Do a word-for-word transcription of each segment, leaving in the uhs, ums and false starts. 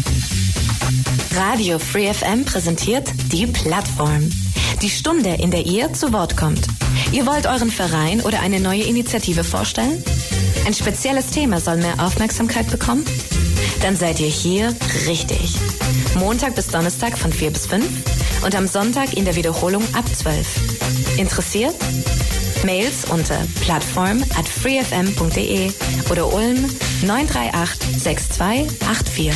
Radio Free F M präsentiert die Plattform. Die Stunde, in der ihr zu Wort kommt. Ihr wollt euren Verein oder eine neue Initiative vorstellen? Ein spezielles Thema soll mehr Aufmerksamkeit bekommen? Dann seid ihr hier richtig. Montag bis Donnerstag von vier bis fünf und am Sonntag in der Wiederholung ab zwölf. Interessiert? Mails unter plattform at freefm punkt de oder Ulm neun drei acht sechs zwei acht vier.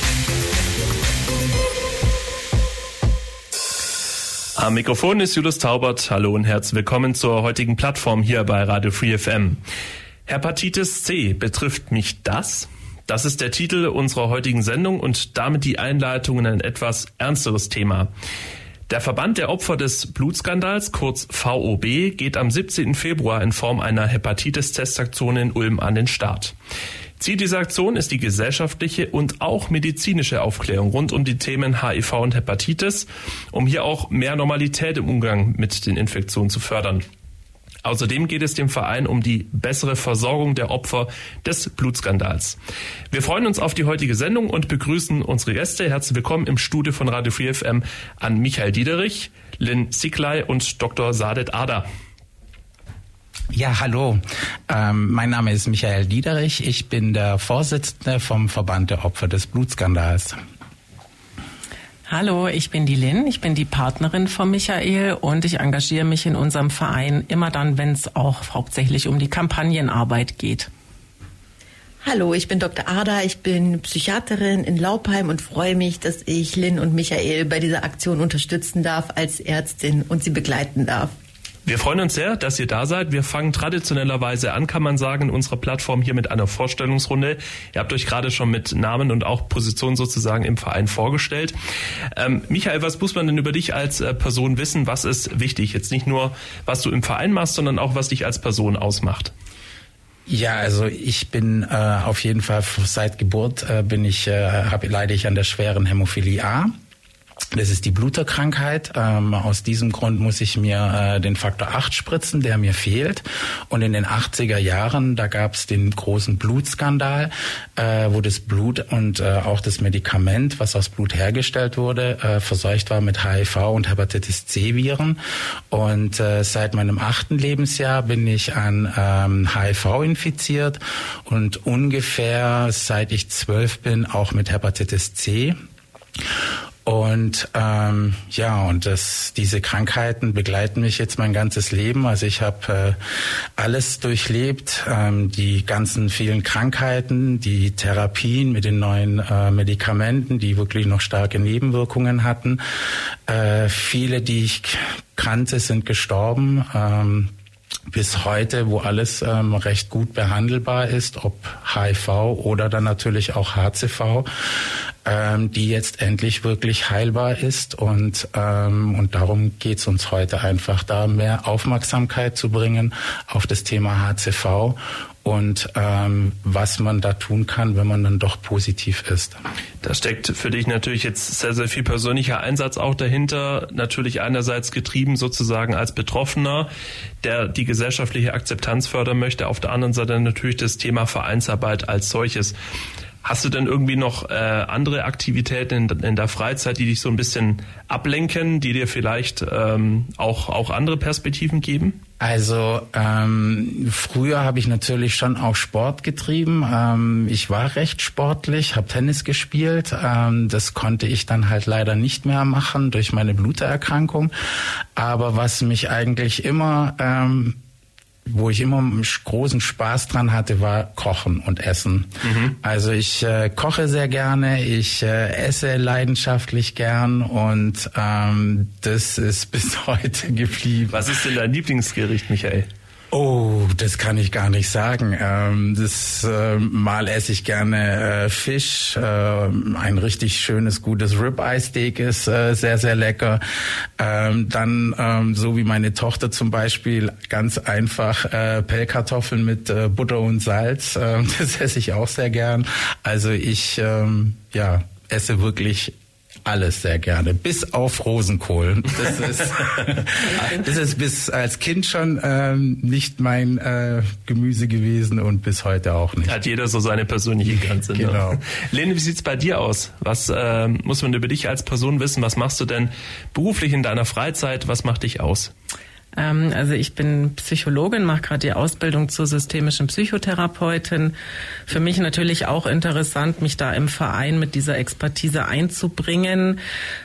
Am Mikrofon ist Julius Taubert. Hallo und herzlich willkommen zur heutigen Plattform hier bei Radio Free F M. Hepatitis C, betrifft mich das? Das ist der Titel unserer heutigen Sendung und damit die Einleitung in ein etwas ernsteres Thema. Der Verband der Opfer des Blutskandals, kurz V O B, geht am siebzehnten Februar in Form einer Hepatitis-Testaktion in Ulm an den Start. Ziel dieser Aktion ist die gesellschaftliche und auch medizinische Aufklärung rund um die Themen H I V und Hepatitis, um hier auch mehr Normalität im Umgang mit den Infektionen zu fördern. Außerdem geht es dem Verein um die bessere Versorgung der Opfer des Blutskandals. Wir freuen uns auf die heutige Sendung und begrüßen unsere Gäste. Herzlich willkommen im Studio von Radio Free F M an Michael Diederich, Lynn Siklay und Doktor Saadet Ada. Ja, hallo. Ähm, mein Name ist Michael Diederich. Ich bin der Vorsitzende vom Verband der Opfer des Blutskandals. Hallo, ich bin die Lynn, ich bin die Partnerin von Michael und ich engagiere mich in unserem Verein immer dann, wenn es auch hauptsächlich um die Kampagnenarbeit geht. Hallo, ich bin Doktor Ada, ich bin Psychiaterin in Laupheim und freue mich, dass ich Lynn und Michael bei dieser Aktion unterstützen darf als Ärztin und sie begleiten darf. Wir freuen uns sehr, dass ihr da seid. Wir fangen traditionellerweise an, kann man sagen, in unserer Plattform hier mit einer Vorstellungsrunde. Ihr habt euch gerade schon mit Namen und auch Position sozusagen im Verein vorgestellt. Ähm, Michael, was muss man denn über dich als äh, Person wissen? Was ist wichtig? Jetzt nicht nur, was du im Verein machst, sondern auch, was dich als Person ausmacht. Ja, also ich bin äh, auf jeden Fall seit Geburt äh, bin ich äh, hab, leide ich an der schweren Hämophilie A. Das ist die Bluterkrankheit. Ähm, aus diesem Grund muss ich mir äh, den Faktor acht spritzen, der mir fehlt. Und in den achtziger Jahren, da gab es den großen Blutskandal, äh, wo das Blut und äh, auch das Medikament, was aus Blut hergestellt wurde, äh, verseucht war mit H I V und Hepatitis C-Viren. Und äh, seit meinem achten Lebensjahr bin ich an ähm, H I V infiziert und ungefähr seit ich zwölf bin auch mit Hepatitis C. Und ähm, ja, und das, diese Krankheiten begleiten mich jetzt mein ganzes Leben. Also ich habe äh, alles durchlebt, ähm, die ganzen vielen Krankheiten, die Therapien mit den neuen äh, Medikamenten, die wirklich noch starke Nebenwirkungen hatten. Äh, viele, die ich kannte, sind gestorben. Ähm, bis heute, wo alles ähm, recht gut behandelbar ist, ob H I V oder dann natürlich auch H C V, ähm, die jetzt endlich wirklich heilbar ist. Und, ähm, und darum geht's uns heute einfach, da mehr Aufmerksamkeit zu bringen auf das Thema H C V und ähm, was man da tun kann, wenn man dann doch positiv ist. Da steckt für dich natürlich jetzt sehr, sehr viel persönlicher Einsatz auch dahinter. Natürlich einerseits getrieben sozusagen als Betroffener, der die gesellschaftliche Akzeptanz fördern möchte. Auf der anderen Seite natürlich das Thema Vereinsarbeit als solches. Hast du denn irgendwie noch äh, andere Aktivitäten in, in der Freizeit, die dich so ein bisschen ablenken, die dir vielleicht ähm, auch, auch andere Perspektiven geben? Also ähm, früher habe ich natürlich schon auch Sport getrieben. Ähm, ich war recht sportlich, habe Tennis gespielt. Ähm, das konnte ich dann halt leider nicht mehr machen durch meine Blutererkrankung. Aber was mich eigentlich immer... Ähm, wo ich immer großen Spaß dran hatte, war Kochen und Essen. Mhm. Also ich äh, koche sehr gerne, ich äh, esse leidenschaftlich gern und ähm, das ist bis heute geblieben. Was ist denn dein Lieblingsgericht, Michael? Oh, das kann ich gar nicht sagen. Ähm, das äh, mal esse ich gerne äh, Fisch. Äh, ein richtig schönes, gutes Ribeye-Steak ist äh, sehr, sehr lecker. Ähm, dann, ähm, so wie meine Tochter zum Beispiel, ganz einfach äh, Pellkartoffeln mit äh, Butter und Salz. Äh, das esse ich auch sehr gern. Also ich, ähm, ja, esse wirklich Alles sehr gerne, bis auf Rosenkohl. Das ist, das ist bis als Kind schon ähm, nicht mein äh, Gemüse gewesen und bis heute auch nicht. Hat jeder so seine persönliche Grenze. Genau. Ne? Lene, wie sieht's bei dir aus? Was äh, muss man über dich als Person wissen? Was machst du denn beruflich in deiner Freizeit? Was macht dich aus? Also ich bin Psychologin, mache gerade die Ausbildung zur systemischen Psychotherapeutin. Für mich natürlich auch interessant, mich da im Verein mit dieser Expertise einzubringen.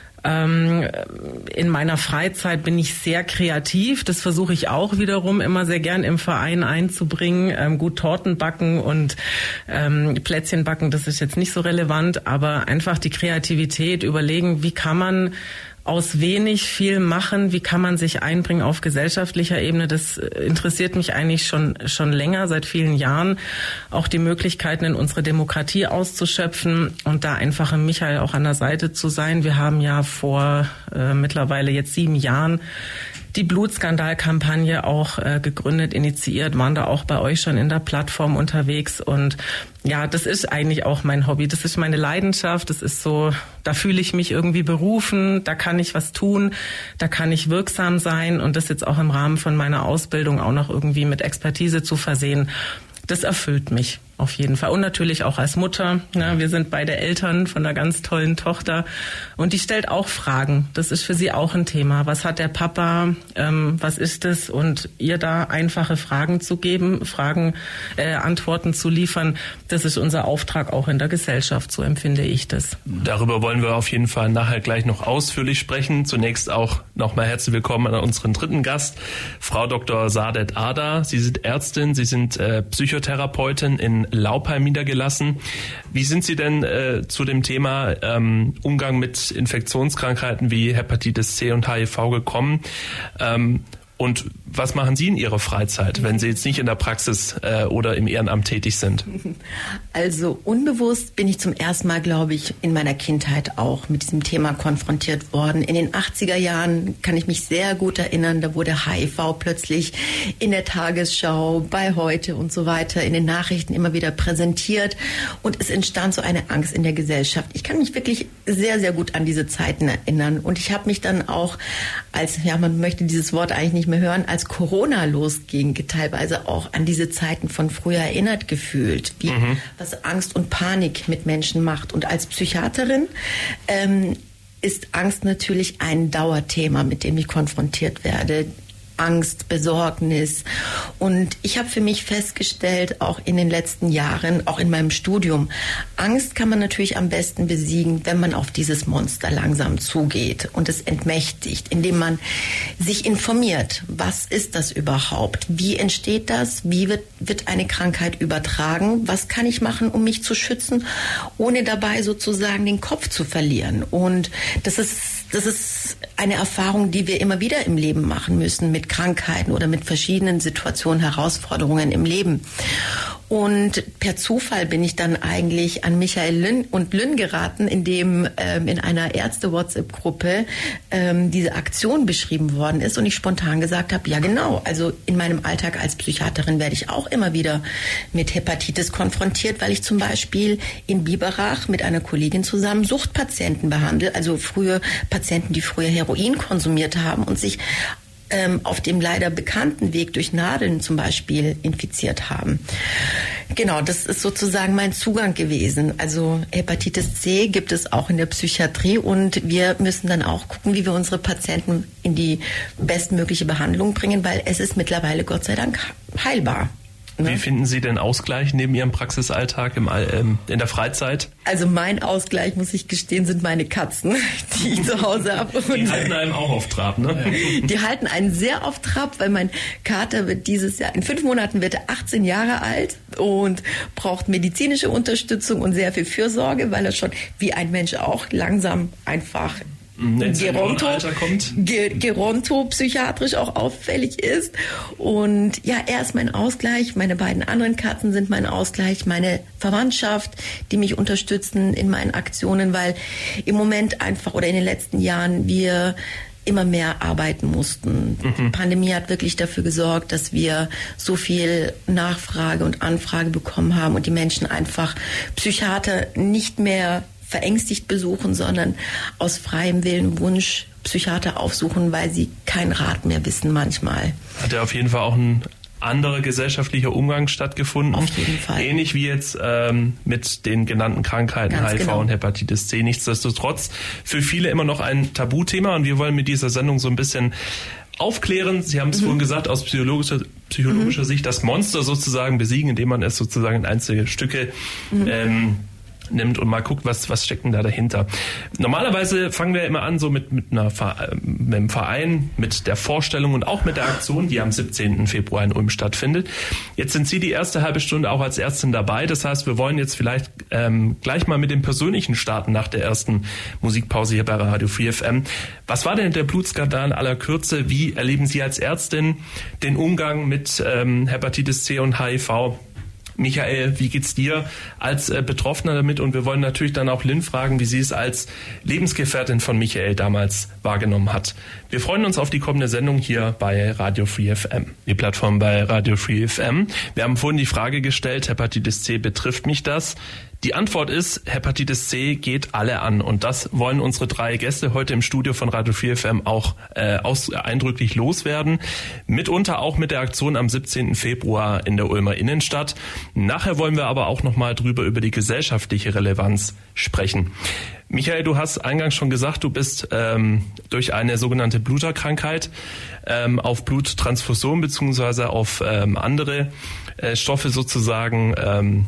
In meiner Freizeit bin ich sehr kreativ. Das versuche ich auch wiederum immer sehr gern im Verein einzubringen. Gut Torten backen und Plätzchen backen, das ist jetzt nicht so relevant, aber einfach die Kreativität, überlegen, wie kann man aus wenig viel machen, wie kann man sich einbringen auf gesellschaftlicher Ebene, das interessiert mich eigentlich schon schon länger, seit vielen Jahren, auch die Möglichkeiten in unsere Demokratie auszuschöpfen und da einfach im Michael auch an der Seite zu sein. Wir haben ja vor äh, mittlerweile jetzt sieben Jahren die Blutskandalkampagne auch äh, gegründet, initiiert, waren da auch bei euch schon in der Plattform unterwegs und ja, das ist eigentlich auch mein Hobby, das ist meine Leidenschaft, das ist so, da fühle ich mich irgendwie berufen, da kann ich was tun, da kann ich wirksam sein und das jetzt auch im Rahmen von meiner Ausbildung auch noch irgendwie mit Expertise zu versehen, das erfüllt mich auf jeden Fall. Und natürlich auch als Mutter. Ne? Wir sind beide Eltern von einer ganz tollen Tochter. Und die stellt auch Fragen. Das ist für sie auch ein Thema. Was hat der Papa? Ähm, was ist es? Und ihr da einfache Fragen zu geben, Fragen, äh, Antworten zu liefern, das ist unser Auftrag auch in der Gesellschaft. So empfinde ich das. Darüber wollen wir auf jeden Fall nachher gleich noch ausführlich sprechen. Zunächst auch nochmal herzlich willkommen an unseren dritten Gast, Frau Doktor Saadet Ardar. Sie sind Ärztin, Sie sind äh, Psychotherapeutin in Laupheim niedergelassen. Wie sind Sie denn äh, zu dem Thema ähm, Umgang mit Infektionskrankheiten wie Hepatitis C und H I V gekommen? Ähm, Und was machen Sie in Ihrer Freizeit, wenn Sie jetzt nicht in der Praxis äh, oder im Ehrenamt tätig sind? Also unbewusst bin ich zum ersten Mal, glaube ich, in meiner Kindheit auch mit diesem Thema konfrontiert worden. In den achtziger Jahren kann ich mich sehr gut erinnern, da wurde H I V plötzlich in der Tagesschau, bei Heute und so weiter, in den Nachrichten immer wieder präsentiert und es entstand so eine Angst in der Gesellschaft. Ich kann mich wirklich sehr, sehr gut an diese Zeiten erinnern und ich habe mich dann auch als, ja, man möchte dieses Wort eigentlich nicht mehr hören, als Corona losging, teilweise auch an diese Zeiten von früher erinnert gefühlt, wie mhm. was Angst und Panik mit Menschen macht. Und als Psychiaterin ähm, ist Angst natürlich ein Dauerthema, mit dem ich konfrontiert werde. Angst, Besorgnis. Und ich habe für mich festgestellt, auch in den letzten Jahren, auch in meinem Studium, Angst kann man natürlich am besten besiegen, wenn man auf dieses Monster langsam zugeht und es entmächtigt, indem man sich informiert. Was ist das überhaupt? Wie entsteht das? Wie wird, wird eine Krankheit übertragen? Was kann ich machen, um mich zu schützen, ohne dabei sozusagen den Kopf zu verlieren? Und das ist Das ist eine Erfahrung, die wir immer wieder im Leben machen müssen, mit Krankheiten oder mit verschiedenen Situationen, Herausforderungen im Leben. Und per Zufall bin ich dann eigentlich an Michael Lynn und Lynn geraten, in dem ähm, in einer Ärzte-WhatsApp-Gruppe ähm, diese Aktion beschrieben worden ist und ich spontan gesagt habe, ja genau, also in meinem Alltag als Psychiaterin werde ich auch immer wieder mit Hepatitis konfrontiert, weil ich zum Beispiel in Biberach mit einer Kollegin zusammen Suchtpatienten behandle, also frühe Patienten, die früher Heroin konsumiert haben und sich ähm, auf dem leider bekannten Weg durch Nadeln zum Beispiel infiziert haben. Genau, das ist sozusagen mein Zugang gewesen. Also Hepatitis C gibt es auch in der Psychiatrie und wir müssen dann auch gucken, wie wir unsere Patienten in die bestmögliche Behandlung bringen, weil es ist mittlerweile Gott sei Dank heilbar. Wie finden Sie denn Ausgleich neben Ihrem Praxisalltag im, ähm, in der Freizeit? Also mein Ausgleich, muss ich gestehen, sind meine Katzen, die ich zu Hause habe. Die halten einem auch auf Trab, ne? Die halten einen sehr auf Trab, weil mein Kater wird dieses Jahr, in fünf Monaten wird er achtzehn Jahre alt und braucht medizinische Unterstützung und sehr viel Fürsorge, weil er schon wie ein Mensch auch langsam einfach Geronto, Ge- Geronto psychiatrisch auch auffällig ist. Und ja, er ist mein Ausgleich. Meine beiden anderen Katzen sind mein Ausgleich. Meine Verwandtschaft, die mich unterstützen in meinen Aktionen, weil im Moment einfach oder in den letzten Jahren wir immer mehr arbeiten mussten. Mhm. Die Pandemie hat wirklich dafür gesorgt, dass wir so viel Nachfrage und Anfrage bekommen haben und die Menschen einfach Psychiater nicht mehr verängstigt besuchen, sondern aus freiem Willen, Wunsch Psychiater aufsuchen, weil sie keinen Rat mehr wissen manchmal. Hat ja auf jeden Fall auch ein anderer gesellschaftlicher Umgang stattgefunden. Auf jeden Fall. Ähnlich wie jetzt ähm, mit den genannten Krankheiten Ganz H I V genau. und Hepatitis C. Nichtsdestotrotz für viele immer noch ein Tabuthema und wir wollen mit dieser Sendung so ein bisschen aufklären. Sie haben es mhm. vorhin gesagt, aus psychologischer, psychologischer mhm. Sicht das Monster sozusagen besiegen, indem man es sozusagen in einzelne Stücke mhm. ähm, nimmt und mal guckt, was was steckt denn da dahinter. Normalerweise fangen wir immer an so mit mit einer mit einem Verein, mit der Vorstellung und auch mit der Aktion, die am siebzehnten Februar in Ulm stattfindet. Jetzt sind Sie die erste halbe Stunde auch als Ärztin dabei. Das heißt, wir wollen jetzt vielleicht ähm, gleich mal mit dem Persönlichen starten nach der ersten Musikpause hier bei Radio Free F M. Was war denn der Blutskandal in aller Kürze? Wie erleben Sie als Ärztin den Umgang mit ähm, Hepatitis C und H I V? Michael, wie geht's dir als äh, Betroffener damit? Und wir wollen natürlich dann auch Lynn fragen, wie sie es als Lebensgefährtin von Michael damals wahrgenommen hat. Wir freuen uns auf die kommende Sendung hier bei Radio Free F M. Die Plattform bei Radio Free F M. Wir haben vorhin die Frage gestellt, Hepatitis C, betrifft mich das? Die Antwort ist, Hepatitis C geht alle an und das wollen unsere drei Gäste heute im Studio von Radio Free F M auch äh, aus, eindrücklich loswerden. Mitunter auch mit der Aktion am siebzehnten Februar in der Ulmer Innenstadt. Nachher wollen wir aber auch nochmal drüber über die gesellschaftliche Relevanz sprechen. Michael, du hast eingangs schon gesagt, du bist ähm, durch eine sogenannte Bluterkrankheit ähm, auf Bluttransfusion beziehungsweise auf ähm, andere äh, Stoffe sozusagen ähm,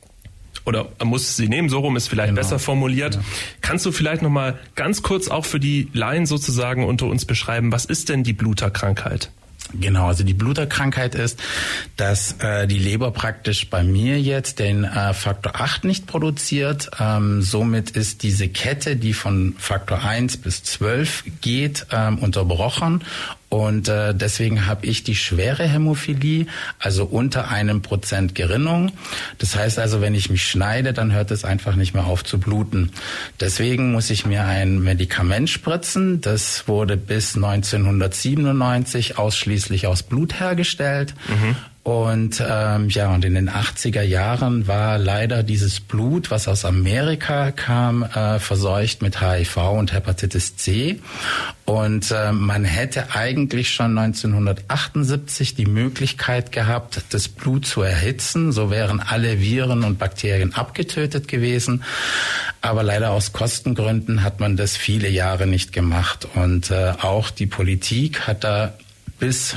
oder man muss sie nehmen, so rum ist vielleicht genau. besser formuliert. Ja. Kannst du vielleicht nochmal ganz kurz auch für die Laien sozusagen unter uns beschreiben, was ist denn die Bluterkrankheit? Genau, also die Bluterkrankheit ist, dass äh, die Leber praktisch bei mir jetzt den äh, Faktor acht nicht produziert. Ähm, somit ist diese Kette, die von Faktor eins bis zwölf geht, ähm, unterbrochen. Und äh, deswegen habe ich die schwere Hämophilie, also unter einem Prozent Gerinnung. Das heißt also, wenn ich mich schneide, dann hört es einfach nicht mehr auf zu bluten. Deswegen muss ich mir ein Medikament spritzen. Das wurde bis neunzehnhundertsiebenundneunzig ausschließlich aus Blut hergestellt. Mhm. Und ähm, ja, und in den achtziger Jahren war leider dieses Blut, was aus Amerika kam, äh, verseucht mit H I V und Hepatitis C. Und äh, man hätte eigentlich schon neunzehnhundertachtundsiebzig die Möglichkeit gehabt, das Blut zu erhitzen. So wären alle Viren und Bakterien abgetötet gewesen. Aber leider aus Kostengründen hat man das viele Jahre nicht gemacht. Und äh, auch die Politik hat da bis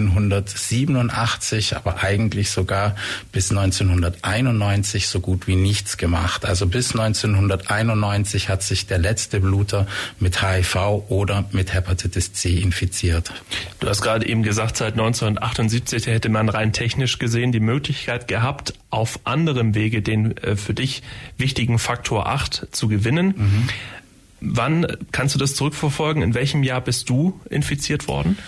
neunzehnhundertsiebenundachtzig, aber eigentlich sogar bis neunzehnhunderteinundneunzig so gut wie nichts gemacht. Also bis neunzehnhunderteinundneunzig hat sich der letzte Bluter mit H I V oder mit Hepatitis C infiziert. Du hast gerade eben gesagt, seit neunzehnhundertachtundsiebzig hätte man rein technisch gesehen die Möglichkeit gehabt, auf anderem Wege den äh, für dich wichtigen Faktor acht zu gewinnen. Mhm. Wann kannst du das zurückverfolgen? In welchem Jahr bist du infiziert worden?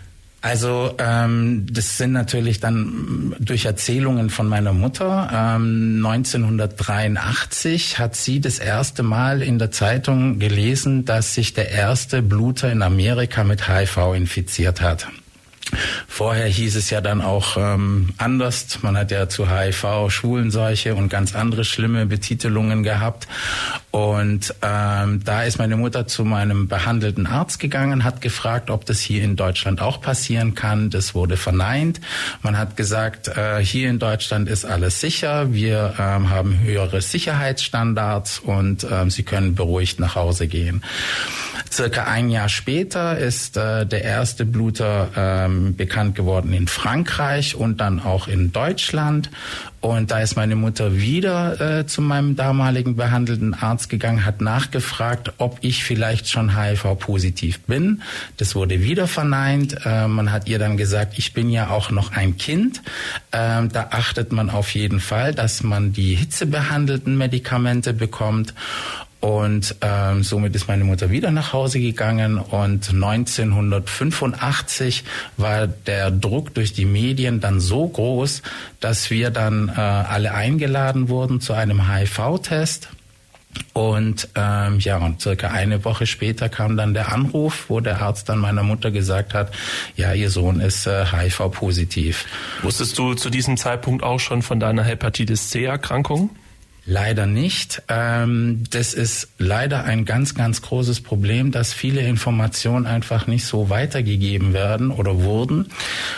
Also ähm, das sind natürlich dann durch Erzählungen von meiner Mutter. Ähm, neunzehnhundertdreiundachtzig hat sie das erste Mal in der Zeitung gelesen, dass sich der erste Bluter in Amerika mit H I V infiziert hat. Vorher hieß es ja dann auch ähm, anders. Man hat ja zu H I V Schwulenseuche und ganz andere schlimme Betitelungen gehabt. Und ähm, da ist meine Mutter zu meinem behandelten Arzt gegangen, hat gefragt, ob das hier in Deutschland auch passieren kann. Das wurde verneint. Man hat gesagt, äh, hier in Deutschland ist alles sicher. Wir ähm, haben höhere Sicherheitsstandards und ähm, Sie können beruhigt nach Hause gehen. Circa ein Jahr später ist äh, der erste Bluter ähm, bekannt geworden in Frankreich und dann auch in Deutschland. Und da ist meine Mutter wieder äh, zu meinem damaligen behandelten Arzt gegangen, hat nachgefragt, ob ich vielleicht schon H I V-positiv bin. Das wurde wieder verneint. Äh, man hat ihr dann gesagt, ich bin ja auch noch ein Kind. Äh, da achtet man auf jeden Fall, dass man die hitzebehandelten Medikamente bekommt. Und ähm, somit ist meine Mutter wieder nach Hause gegangen und neunzehnhundertfünfundachtzig war der Druck durch die Medien dann so groß, dass wir dann äh, alle eingeladen wurden zu einem H I V-Test. Und ähm, ja, und circa eine Woche später kam dann der Anruf, wo der Arzt dann meiner Mutter gesagt hat, ja, ihr Sohn ist äh, H I V-positiv. Wusstest du zu diesem Zeitpunkt auch schon von deiner Hepatitis C-Erkrankung? Leider nicht. Das ist leider ein ganz, ganz großes Problem, dass viele Informationen einfach nicht so weitergegeben werden oder wurden.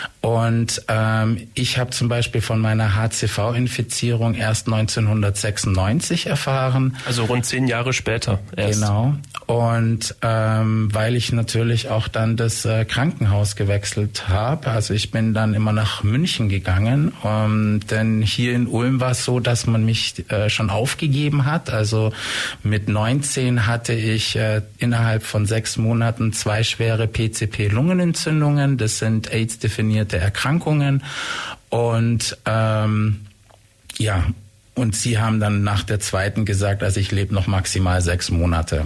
Und ähm, ich habe zum Beispiel von meiner H C V-Infizierung erst neunzehnhundertsechsundneunzig erfahren. Also rund zehn Jahre später erst. Genau. Und ähm, weil ich natürlich auch dann das äh, Krankenhaus gewechselt habe. Also ich bin dann immer nach München gegangen. Ähm, denn hier in Ulm war es so, dass man mich äh, schon aufgegeben hat. Also mit neunzehn hatte ich äh, innerhalb von sechs Monaten zwei schwere P C P-Lungenentzündungen. Das sind AIDS-definierte Erkrankungen. Und ähm, ja, und sie haben dann nach der zweiten gesagt, also ich lebe noch maximal sechs Monate.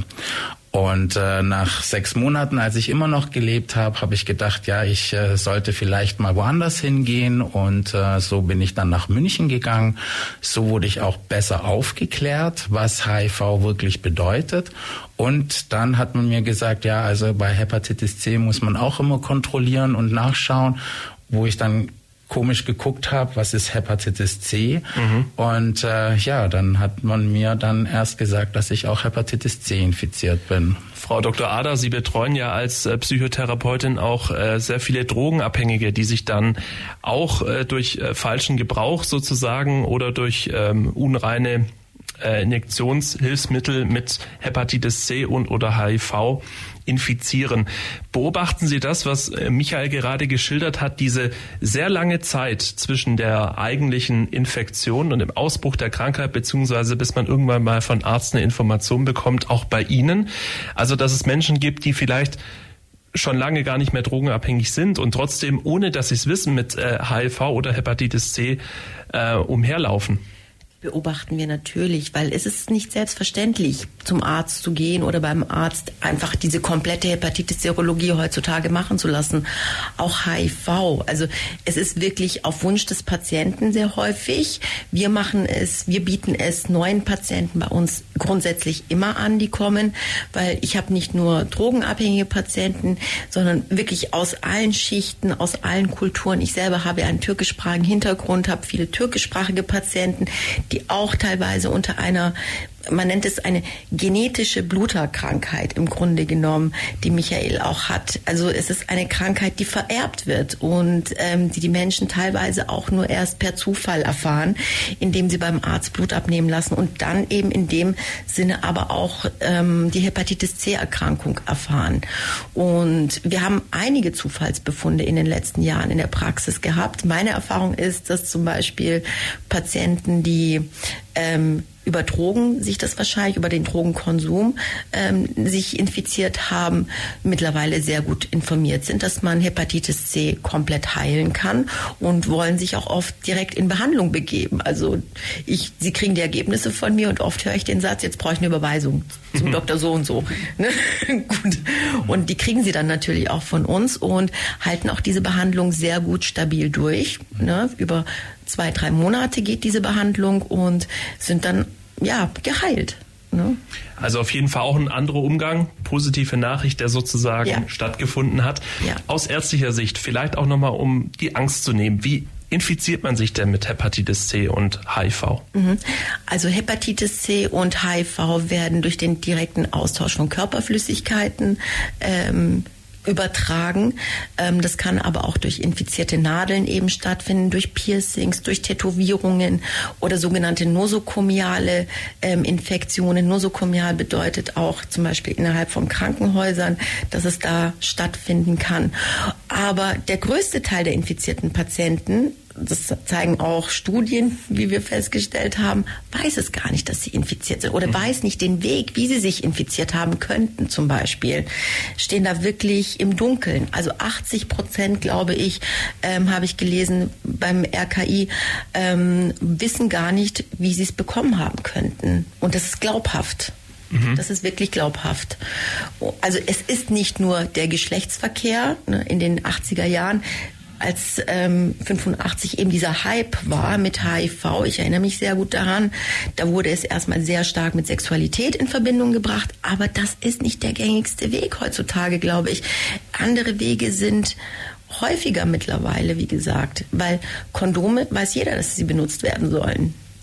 Und äh, nach sechs Monaten, als ich immer noch gelebt habe, habe ich gedacht, ja, ich äh, sollte vielleicht mal woanders hingehen. Und äh, so bin ich dann nach München gegangen. So wurde ich auch besser aufgeklärt, was H I V wirklich bedeutet. Und dann hat man mir gesagt, ja, also bei Hepatitis C muss man auch immer kontrollieren und nachschauen, wo ich dann komisch geguckt habe, was ist Hepatitis C? Mhm. Und äh, ja, dann hat man mir dann erst gesagt, dass ich auch Hepatitis C infiziert bin. Frau Doktor Ader, Sie betreuen ja als äh, Psychotherapeutin auch äh, sehr viele Drogenabhängige, die sich dann auch äh, durch äh, falschen Gebrauch sozusagen oder durch ähm, unreine äh, Injektionshilfsmittel mit Hepatitis C und oder H I V infizieren. Beobachten Sie das, was Michael gerade geschildert hat, diese sehr lange Zeit zwischen der eigentlichen Infektion und dem Ausbruch der Krankheit, beziehungsweise bis man irgendwann mal von Arzt eine Information bekommt, auch bei Ihnen? Also, dass es Menschen gibt, die vielleicht schon lange gar nicht mehr drogenabhängig sind und trotzdem, ohne dass sie es wissen, mit äh, H I V oder Hepatitis C äh, umherlaufen. Beobachten wir natürlich, weil es ist nicht selbstverständlich, zum Arzt zu gehen oder beim Arzt einfach diese komplette Hepatitis-Serologie heutzutage machen zu lassen. Auch H I V. Also es ist wirklich auf Wunsch des Patienten sehr häufig. Wir machen es, wir bieten es neuen Patienten bei uns grundsätzlich immer an, die kommen, weil ich habe nicht nur drogenabhängige Patienten, sondern wirklich aus allen Schichten, aus allen Kulturen. Ich selber habe einen türkischsprachigen Hintergrund, habe viele türkischsprachige Patienten, die auch teilweise unter einer, man nennt es eine genetische Bluterkrankheit im Grunde genommen, die Michael auch hat. Also es ist eine Krankheit, die vererbt wird und ähm, die die Menschen teilweise auch nur erst per Zufall erfahren, indem sie beim Arzt Blut abnehmen lassen und dann eben in dem Sinne aber auch ähm, die Hepatitis C-Erkrankung erfahren. Und wir haben einige Zufallsbefunde in den letzten Jahren in der Praxis gehabt. Meine Erfahrung ist, dass zum Beispiel Patienten, die ähm, über Drogen, sich das wahrscheinlich über den Drogenkonsum ähm, sich infiziert haben, mittlerweile sehr gut informiert sind, dass man Hepatitis C komplett heilen kann und wollen sich auch oft direkt in Behandlung begeben. Also ich, sie kriegen die Ergebnisse von mir und oft höre ich den Satz, jetzt brauche ich eine Überweisung zum Doktor so und so. Ne? Gut. Und die kriegen sie dann natürlich auch von uns und halten auch diese Behandlung sehr gut stabil durch. Ne? Über zwei, drei Monate geht diese Behandlung und sind dann ja geheilt. Ne? Also auf jeden Fall auch ein anderer Umgang, positive Nachricht, der sozusagen ja. stattgefunden hat. Ja. Aus ärztlicher Sicht vielleicht auch nochmal, um die Angst zu nehmen. Wie infiziert man sich denn mit Hepatitis C und H I V? Also Hepatitis C und H I V werden durch den direkten Austausch von Körperflüssigkeiten ähm, übertragen. Ähm, das kann aber auch durch infizierte Nadeln eben stattfinden, durch Piercings, durch Tätowierungen oder sogenannte nosokomiale ähm, Infektionen. Nosokomial bedeutet auch zum Beispiel innerhalb von Krankenhäusern, dass es da stattfinden kann. Aber der größte Teil der infizierten Patienten, das zeigen auch Studien, wie wir festgestellt haben, weiß es gar nicht, dass sie infiziert sind oder mhm. weiß nicht den Weg, wie sie sich infiziert haben könnten zum Beispiel. Stehen da wirklich im Dunkeln. Also achtzig Prozent, glaube ich, ähm, habe ich gelesen beim R K I, ähm, wissen gar nicht, wie sie es bekommen haben könnten. Und das ist glaubhaft. Mhm. Das ist wirklich glaubhaft. Also es ist nicht nur der Geschlechtsverkehr, ne, in den achtziger Jahren, als ähm, fünfundachtzig eben dieser Hype war mit H I V, ich erinnere mich sehr gut daran, da wurde es erstmal sehr stark mit Sexualität in Verbindung gebracht, aber das ist nicht der gängigste Weg heutzutage, glaube ich. Andere Wege sind häufiger mittlerweile, wie gesagt, weil Kondome weiß jeder, dass sie benutzt werden sollen.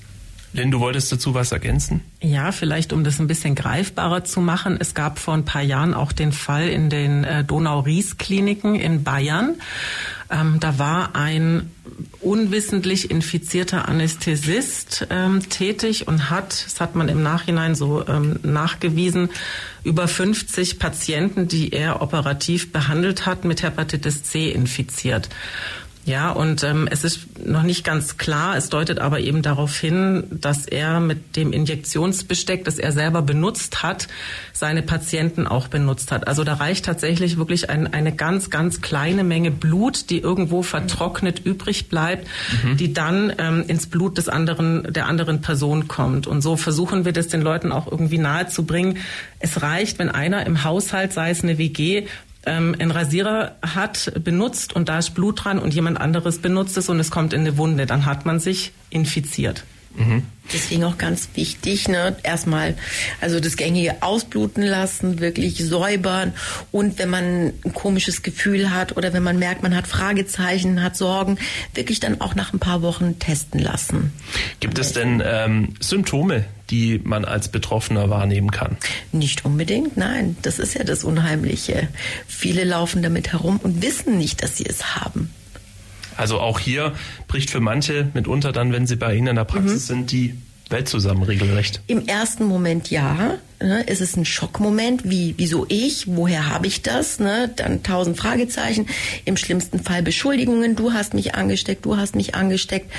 Lynn, du wolltest dazu was ergänzen? Ja, vielleicht um das ein bisschen greifbarer zu machen. Es gab vor ein paar Jahren auch den Fall in den äh, Donau-Ries-Kliniken in Bayern. Ähm, da war ein unwissentlich infizierter Anästhesist ähm, tätig und hat, das hat man im Nachhinein so ähm, nachgewiesen, über fünfzig Patienten, die er operativ behandelt hat, mit Hepatitis C infiziert. Ja, und ähm, es ist noch nicht ganz klar, es deutet aber eben darauf hin, dass er mit dem Injektionsbesteck, das er selber benutzt hat, seine Patienten auch benutzt hat. Also da reicht tatsächlich wirklich ein, eine ganz, ganz kleine Menge Blut, die irgendwo vertrocknet übrig bleibt, mhm. die dann ähm, ins Blut des anderen, der anderen Person kommt. Und so versuchen wir das den Leuten auch irgendwie nahezubringen. Es reicht, wenn einer im Haushalt, sei es eine W G, einen Rasierer hat, benutzt und da ist Blut dran und jemand anderes benutzt es und es kommt in eine Wunde, dann hat man sich infiziert. Mhm. Deswegen auch ganz wichtig, ne, erstmal also das Gängige ausbluten lassen, wirklich säubern und wenn man ein komisches Gefühl hat oder wenn man merkt, man hat Fragezeichen, hat Sorgen, wirklich dann auch nach ein paar Wochen testen lassen. Gibt es denn ähm, Symptome, die man als Betroffener wahrnehmen kann? Nicht unbedingt, nein. Das ist ja das Unheimliche. Viele laufen damit herum und wissen nicht, dass sie es haben. Also auch hier bricht für manche mitunter dann, wenn sie bei Ihnen in der Praxis mhm. sind, die Welt zusammen regelrecht. Im ersten Moment ja. Ne, es ist ein Schockmoment. Wie, wieso ich? Woher habe ich das? Ne? Dann tausend Fragezeichen. Im schlimmsten Fall Beschuldigungen. Du hast mich angesteckt, du hast mich angesteckt.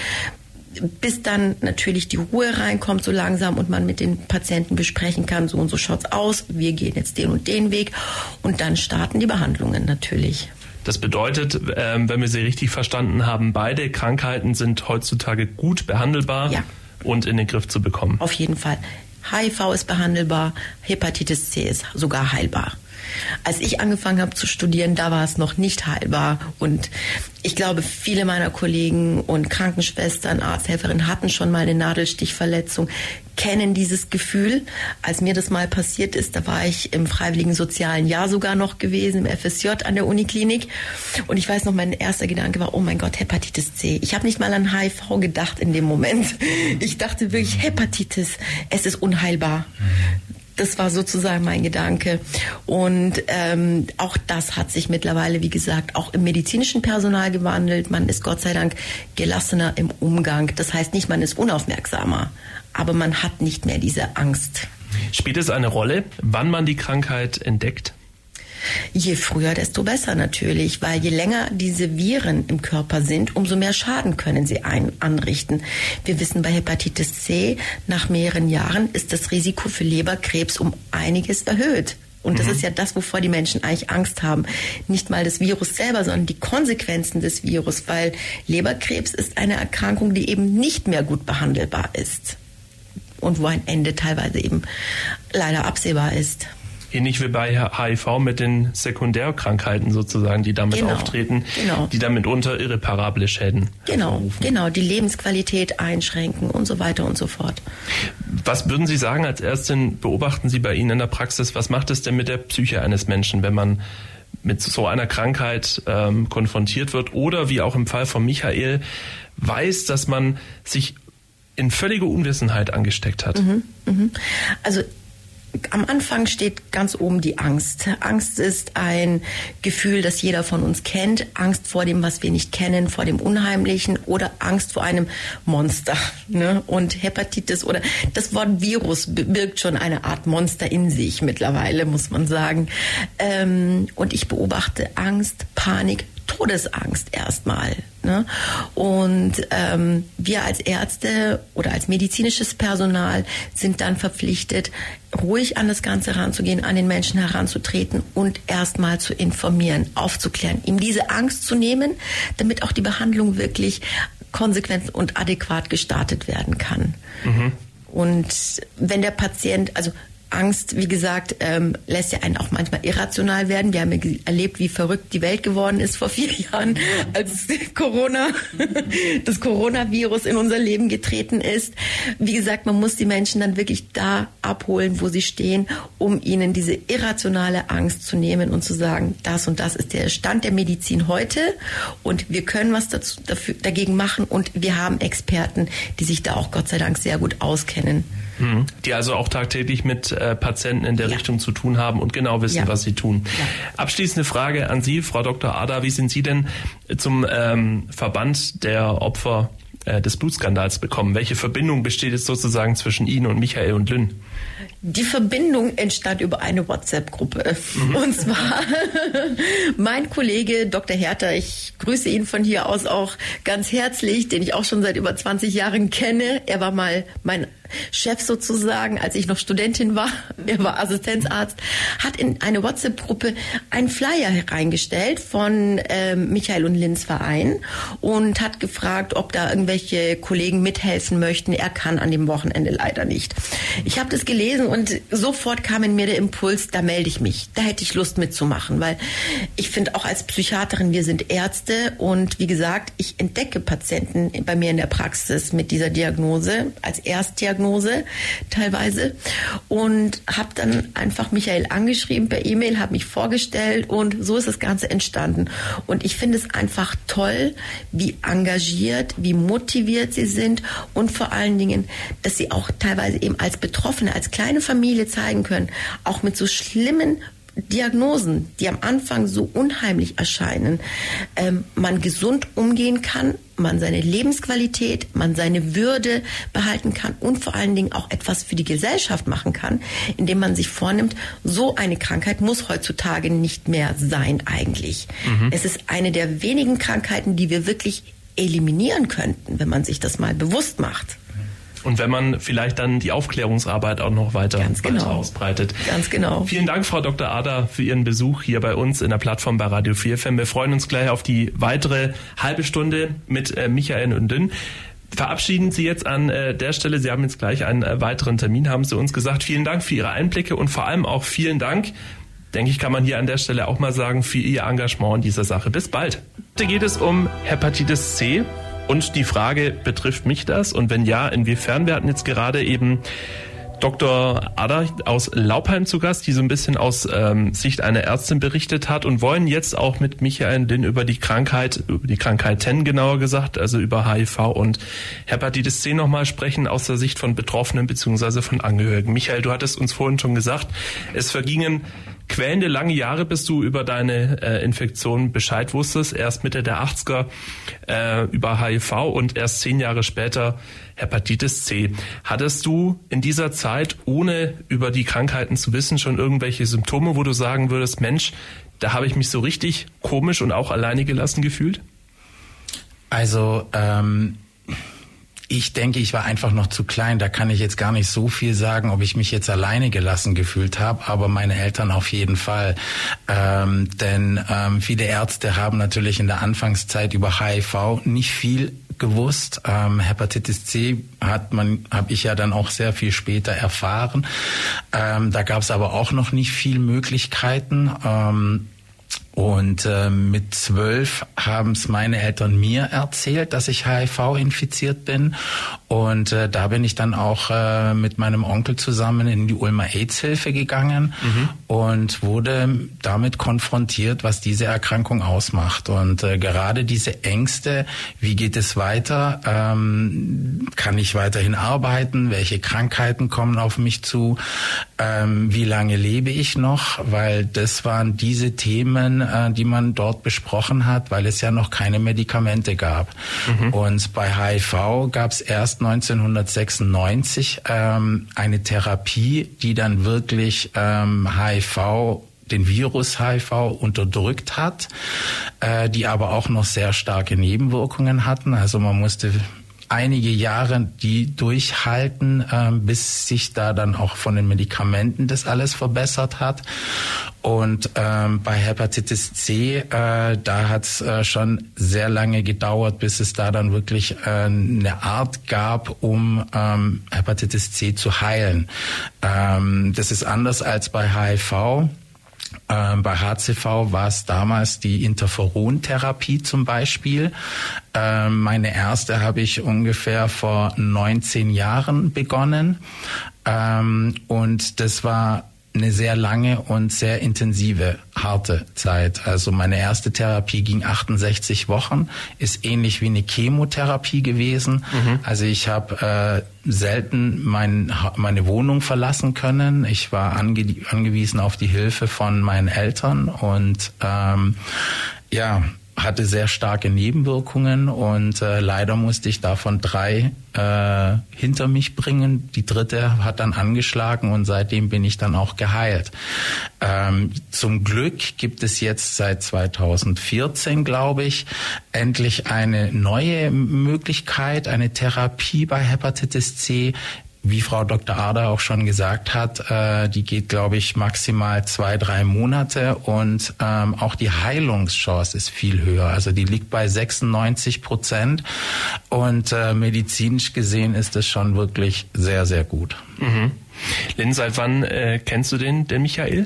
Bis dann natürlich die Ruhe reinkommt so langsam und man mit den Patienten besprechen kann, so und so schaut's aus, wir gehen jetzt den und den Weg und dann starten die Behandlungen natürlich. Das bedeutet, ähm, wenn wir Sie richtig verstanden haben, beide Krankheiten sind heutzutage gut behandelbar ja. und in den Griff zu bekommen. Auf jeden Fall. H I V ist behandelbar, Hepatitis C ist sogar heilbar. Als ich angefangen habe zu studieren, da war es noch nicht heilbar. Und ich glaube, viele meiner Kollegen und Krankenschwestern, Arzthelferinnen hatten schon mal eine Nadelstichverletzung, kennen dieses Gefühl. Als mir das mal passiert ist, da war ich im freiwilligen sozialen Jahr sogar noch gewesen, im F S J an der Uniklinik. Und ich weiß noch, mein erster Gedanke war, oh mein Gott, Hepatitis C. Ich habe nicht mal an H I V gedacht in dem Moment. Ich dachte wirklich, Hepatitis, es ist unheilbar. Das war sozusagen mein Gedanke. Und ähm, auch das hat sich mittlerweile, wie gesagt, auch im medizinischen Personal gewandelt. Man ist Gott sei Dank gelassener im Umgang. Das heißt nicht, man ist unaufmerksamer, aber man hat nicht mehr diese Angst. Spielt es eine Rolle, wann man die Krankheit entdeckt? Je früher, desto besser natürlich, weil je länger diese Viren im Körper sind, umso mehr Schaden können sie ein, anrichten. Wir wissen bei Hepatitis C, nach mehreren Jahren ist das Risiko für Leberkrebs um einiges erhöht. Und das mhm. ist ja das, wovor die Menschen eigentlich Angst haben. Nicht mal das Virus selber, sondern die Konsequenzen des Virus, weil Leberkrebs ist eine Erkrankung, die eben nicht mehr gut behandelbar ist. Und wo ein Ende teilweise eben leider absehbar ist. Ähnlich wie bei H I V mit den Sekundärkrankheiten sozusagen, die damit genau, auftreten, genau. die damit unter irreparable Schäden Genau, hervorrufen. genau, die Lebensqualität einschränken und so weiter und so fort. Was würden Sie sagen als Ärztin, beobachten Sie bei Ihnen in der Praxis, was macht es denn mit der Psyche eines Menschen, wenn man mit so einer Krankheit ähm, konfrontiert wird oder wie auch im Fall von Michael weiß, dass man sich in völlige Unwissenheit angesteckt hat? Mhm, mhm. Also am Anfang steht ganz oben die Angst. Angst ist ein Gefühl, das jeder von uns kennt. Angst vor dem, was wir nicht kennen, vor dem Unheimlichen oder Angst vor einem Monster. Ne? Und Hepatitis oder das Wort Virus birgt schon eine Art Monster in sich mittlerweile, muss man sagen. Ähm, und ich beobachte Angst, Panik, Todesangst erstmal. Ne? Und ähm, wir als Ärzte oder als medizinisches Personal sind dann verpflichtet, ruhig an das Ganze heranzugehen, an den Menschen heranzutreten und erstmal zu informieren, aufzuklären, ihm diese Angst zu nehmen, damit auch die Behandlung wirklich konsequent und adäquat gestartet werden kann. Mhm. Und wenn der Patient, also Angst, wie gesagt, ähm, lässt ja einen auch manchmal irrational werden. Wir haben ja erlebt, wie verrückt die Welt geworden ist vor vier Jahren, als Corona, das Coronavirus in unser Leben getreten ist. Wie gesagt, man muss die Menschen dann wirklich da abholen, wo sie stehen, um ihnen diese irrationale Angst zu nehmen und zu sagen, das und das ist der Stand der Medizin heute und wir können was dazu, dafür, dagegen machen und wir haben Experten, die sich da auch Gott sei Dank sehr gut auskennen. Die also auch tagtäglich mit äh, Patienten in der ja. Richtung zu tun haben und genau wissen, ja. was sie tun. Ja. Abschließende Frage an Sie, Frau Doktor Ader. Wie sind Sie denn zum ähm, Verband der Opfer äh, des Blutskandals gekommen? Welche Verbindung besteht jetzt sozusagen zwischen Ihnen und Michael und Lynn? Die Verbindung entstand über eine WhatsApp-Gruppe. Mhm. Und zwar mein Kollege Doktor Herter, ich grüße ihn von hier aus auch ganz herzlich, den ich auch schon seit über zwanzig Jahren kenne. Er war mal mein Chef sozusagen, als ich noch Studentin war. Er war Assistenzarzt, hat in eine WhatsApp-Gruppe einen Flyer reingestellt von ähm, Michael und Lynns Verein und hat gefragt, ob da irgendwelche Kollegen mithelfen möchten. Er kann an dem Wochenende leider nicht. Ich habe das gelesen und sofort kam in mir der Impuls, da melde ich mich. Da hätte ich Lust mitzumachen, weil ich finde auch als Psychiaterin, wir sind Ärzte und wie gesagt, ich entdecke Patienten bei mir in der Praxis mit dieser Diagnose als Erstdiagnose teilweise und habe dann einfach Michael angeschrieben per E-Mail, habe mich vorgestellt und so ist das Ganze entstanden. Und ich finde es einfach toll, wie engagiert, wie motiviert sie sind und vor allen Dingen, dass sie auch teilweise eben als Betroffene, als kleine Familie zeigen können, auch mit so schlimmen Diagnosen, die am Anfang so unheimlich erscheinen, ähm, man gesund umgehen kann, man seine Lebensqualität, man seine Würde behalten kann und vor allen Dingen auch etwas für die Gesellschaft machen kann, indem man sich vornimmt, so eine Krankheit muss heutzutage nicht mehr sein eigentlich. Mhm. Es ist eine der wenigen Krankheiten, die wir wirklich eliminieren könnten, wenn man sich das mal bewusst macht. Und wenn man vielleicht dann die Aufklärungsarbeit auch noch weiter, Ganz genau. weiter ausbreitet. Ganz genau. Vielen Dank, Frau Doktor Ader, für Ihren Besuch hier bei uns in der Plattform bei Radio vier F M. Wir freuen uns gleich auf die weitere halbe Stunde mit äh, Michael und Lynn. Verabschieden Sie jetzt an äh, der Stelle. Sie haben jetzt gleich einen äh, weiteren Termin, haben Sie uns gesagt. Vielen Dank für Ihre Einblicke und vor allem auch vielen Dank, denke ich, kann man hier an der Stelle auch mal sagen, für Ihr Engagement in dieser Sache. Bis bald. Heute geht es um Hepatitis C. Und die Frage, betrifft mich das? Und wenn ja, inwiefern? Wir hatten jetzt gerade eben Doktor Ader aus Laupheim zu Gast, die so ein bisschen aus ähm, Sicht einer Ärztin berichtet hat und wollen jetzt auch mit Michael Lynn über die Krankheit, über die Krankheiten genauer gesagt, also über H I V und Hepatitis C nochmal sprechen aus der Sicht von Betroffenen bzw. von Angehörigen. Michael, du hattest uns vorhin schon gesagt, es vergingen quälende lange Jahre, bis du über deine äh, Infektion Bescheid wusstest. Erst Mitte der achtziger äh, über H I V und erst zehn Jahre später Hepatitis C. Hattest du in dieser Zeit, ohne über die Krankheiten zu wissen, schon irgendwelche Symptome, wo du sagen würdest, Mensch, da habe ich mich so richtig komisch und auch alleine gelassen gefühlt? Also, ähm... Ich denke, ich war einfach noch zu klein. Da kann ich jetzt gar nicht so viel sagen, ob ich mich jetzt alleine gelassen gefühlt habe, aber meine Eltern auf jeden Fall. Ähm, denn ähm, viele Ärzte haben natürlich in der Anfangszeit über H I V nicht viel gewusst. Ähm, Hepatitis C hat man, habe ich ja dann auch sehr viel später erfahren. Ähm, da gab es aber auch noch nicht viel Möglichkeiten. Ähm, Und äh, mit zwölf haben es meine Eltern mir erzählt, dass ich H I V infiziert bin. Und äh, da bin ich dann auch äh, mit meinem Onkel zusammen in die Ulmer AIDS-Hilfe gegangen mhm. und wurde damit konfrontiert, was diese Erkrankung ausmacht. Und äh, gerade diese Ängste, wie geht es weiter? Ähm, kann ich weiterhin arbeiten? Welche Krankheiten kommen auf mich zu? Ähm, wie lange lebe ich noch? Weil das waren diese Themen, äh, die man dort besprochen hat, weil es ja noch keine Medikamente gab. Mhm. Und bei H I V gab es erst neunzehnhundertsechsundneunzig ähm, eine Therapie, die dann wirklich ähm, H I V, den Virus H I V unterdrückt hat, äh, die aber auch noch sehr starke Nebenwirkungen hatten. Also man musste einige Jahre die durchhalten, äh, bis sich da dann auch von den Medikamenten das alles verbessert hat. Und ähm, bei Hepatitis C, äh, da hat es äh, schon sehr lange gedauert, bis es da dann wirklich äh, eine Art gab, um ähm, Hepatitis C zu heilen. Ähm, das ist anders als bei H I V. Ähm, bei H C V war es damals die Interferontherapie zum Beispiel. Ähm, meine erste habe ich ungefähr vor neunzehn Jahren begonnen. Ähm, und das war eine sehr lange und sehr intensive, harte Zeit. Also meine erste Therapie ging achtundsechzig Wochen, ist ähnlich wie eine Chemotherapie gewesen. Mhm. Also ich habe äh, selten mein, meine Wohnung verlassen können. Ich war ange angewiesen auf die Hilfe von meinen Eltern und ähm, ja, hatte sehr starke Nebenwirkungen und äh, leider musste ich davon drei äh, hinter mich bringen. Die dritte hat dann angeschlagen und seitdem bin ich dann auch geheilt. Ähm, zum Glück gibt es jetzt seit zweitausendvierzehn, glaube ich, endlich eine neue Möglichkeit, eine Therapie bei Hepatitis C. Wie Frau Doktor Ader auch schon gesagt hat, äh, die geht, glaube ich, maximal zwei, drei Monate und ähm, auch die Heilungschance ist viel höher. Also die liegt bei sechsundneunzig Prozent und äh, medizinisch gesehen ist es schon wirklich sehr, sehr gut. Mhm. Lynn, seit wann äh, kennst du den, den Michael?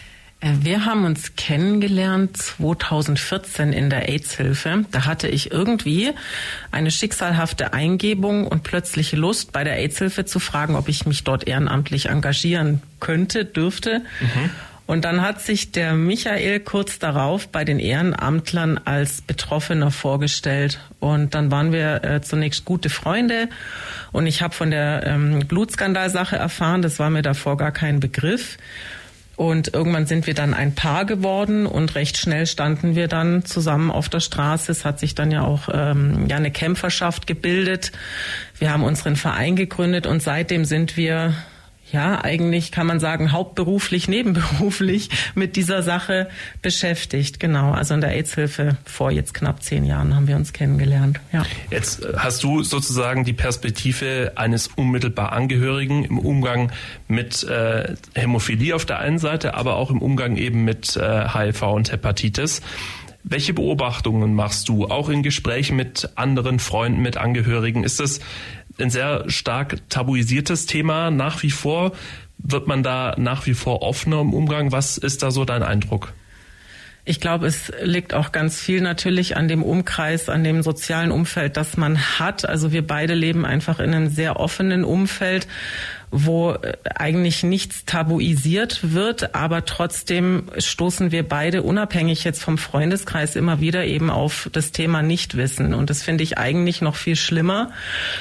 Wir haben uns kennengelernt zweitausendvierzehn in der AIDS-Hilfe. Da hatte ich irgendwie eine schicksalhafte Eingebung und plötzliche Lust, bei der AIDS-Hilfe zu fragen, ob ich mich dort ehrenamtlich engagieren könnte, dürfte. Mhm. Und dann hat sich der Michael kurz darauf bei den Ehrenamtlern als Betroffener vorgestellt. Und dann waren wir äh, zunächst gute Freunde. Und ich habe von der ähm, Blutskandalsache erfahren. Das war mir davor gar kein Begriff. Und irgendwann sind wir dann ein Paar geworden und recht schnell standen wir dann zusammen auf der Straße. Es hat sich dann ja auch ähm, ja eine Kämpferschaft gebildet. Wir haben unseren Verein gegründet und seitdem sind wir, ja, eigentlich kann man sagen, hauptberuflich, nebenberuflich mit dieser Sache beschäftigt. Genau, also in der AIDS-Hilfe vor jetzt knapp zehn Jahren haben wir uns kennengelernt. Ja. Jetzt hast du sozusagen die Perspektive eines unmittelbar Angehörigen im Umgang mit äh, Hämophilie auf der einen Seite, aber auch im Umgang eben mit äh, H I V und Hepatitis. Welche Beobachtungen machst du, auch in Gesprächen mit anderen Freunden, mit Angehörigen? Ist das ein sehr stark tabuisiertes Thema nach wie vor? Wird man da nach wie vor offener im Umgang? Was ist da so dein Eindruck? Ich glaube, es liegt auch ganz viel natürlich an dem Umkreis, an dem sozialen Umfeld, das man hat. Also wir beide leben einfach in einem sehr offenen Umfeld, wo eigentlich nichts tabuisiert wird, aber trotzdem stoßen wir beide unabhängig jetzt vom Freundeskreis immer wieder eben auf das Thema Nichtwissen. Und das finde ich eigentlich noch viel schlimmer,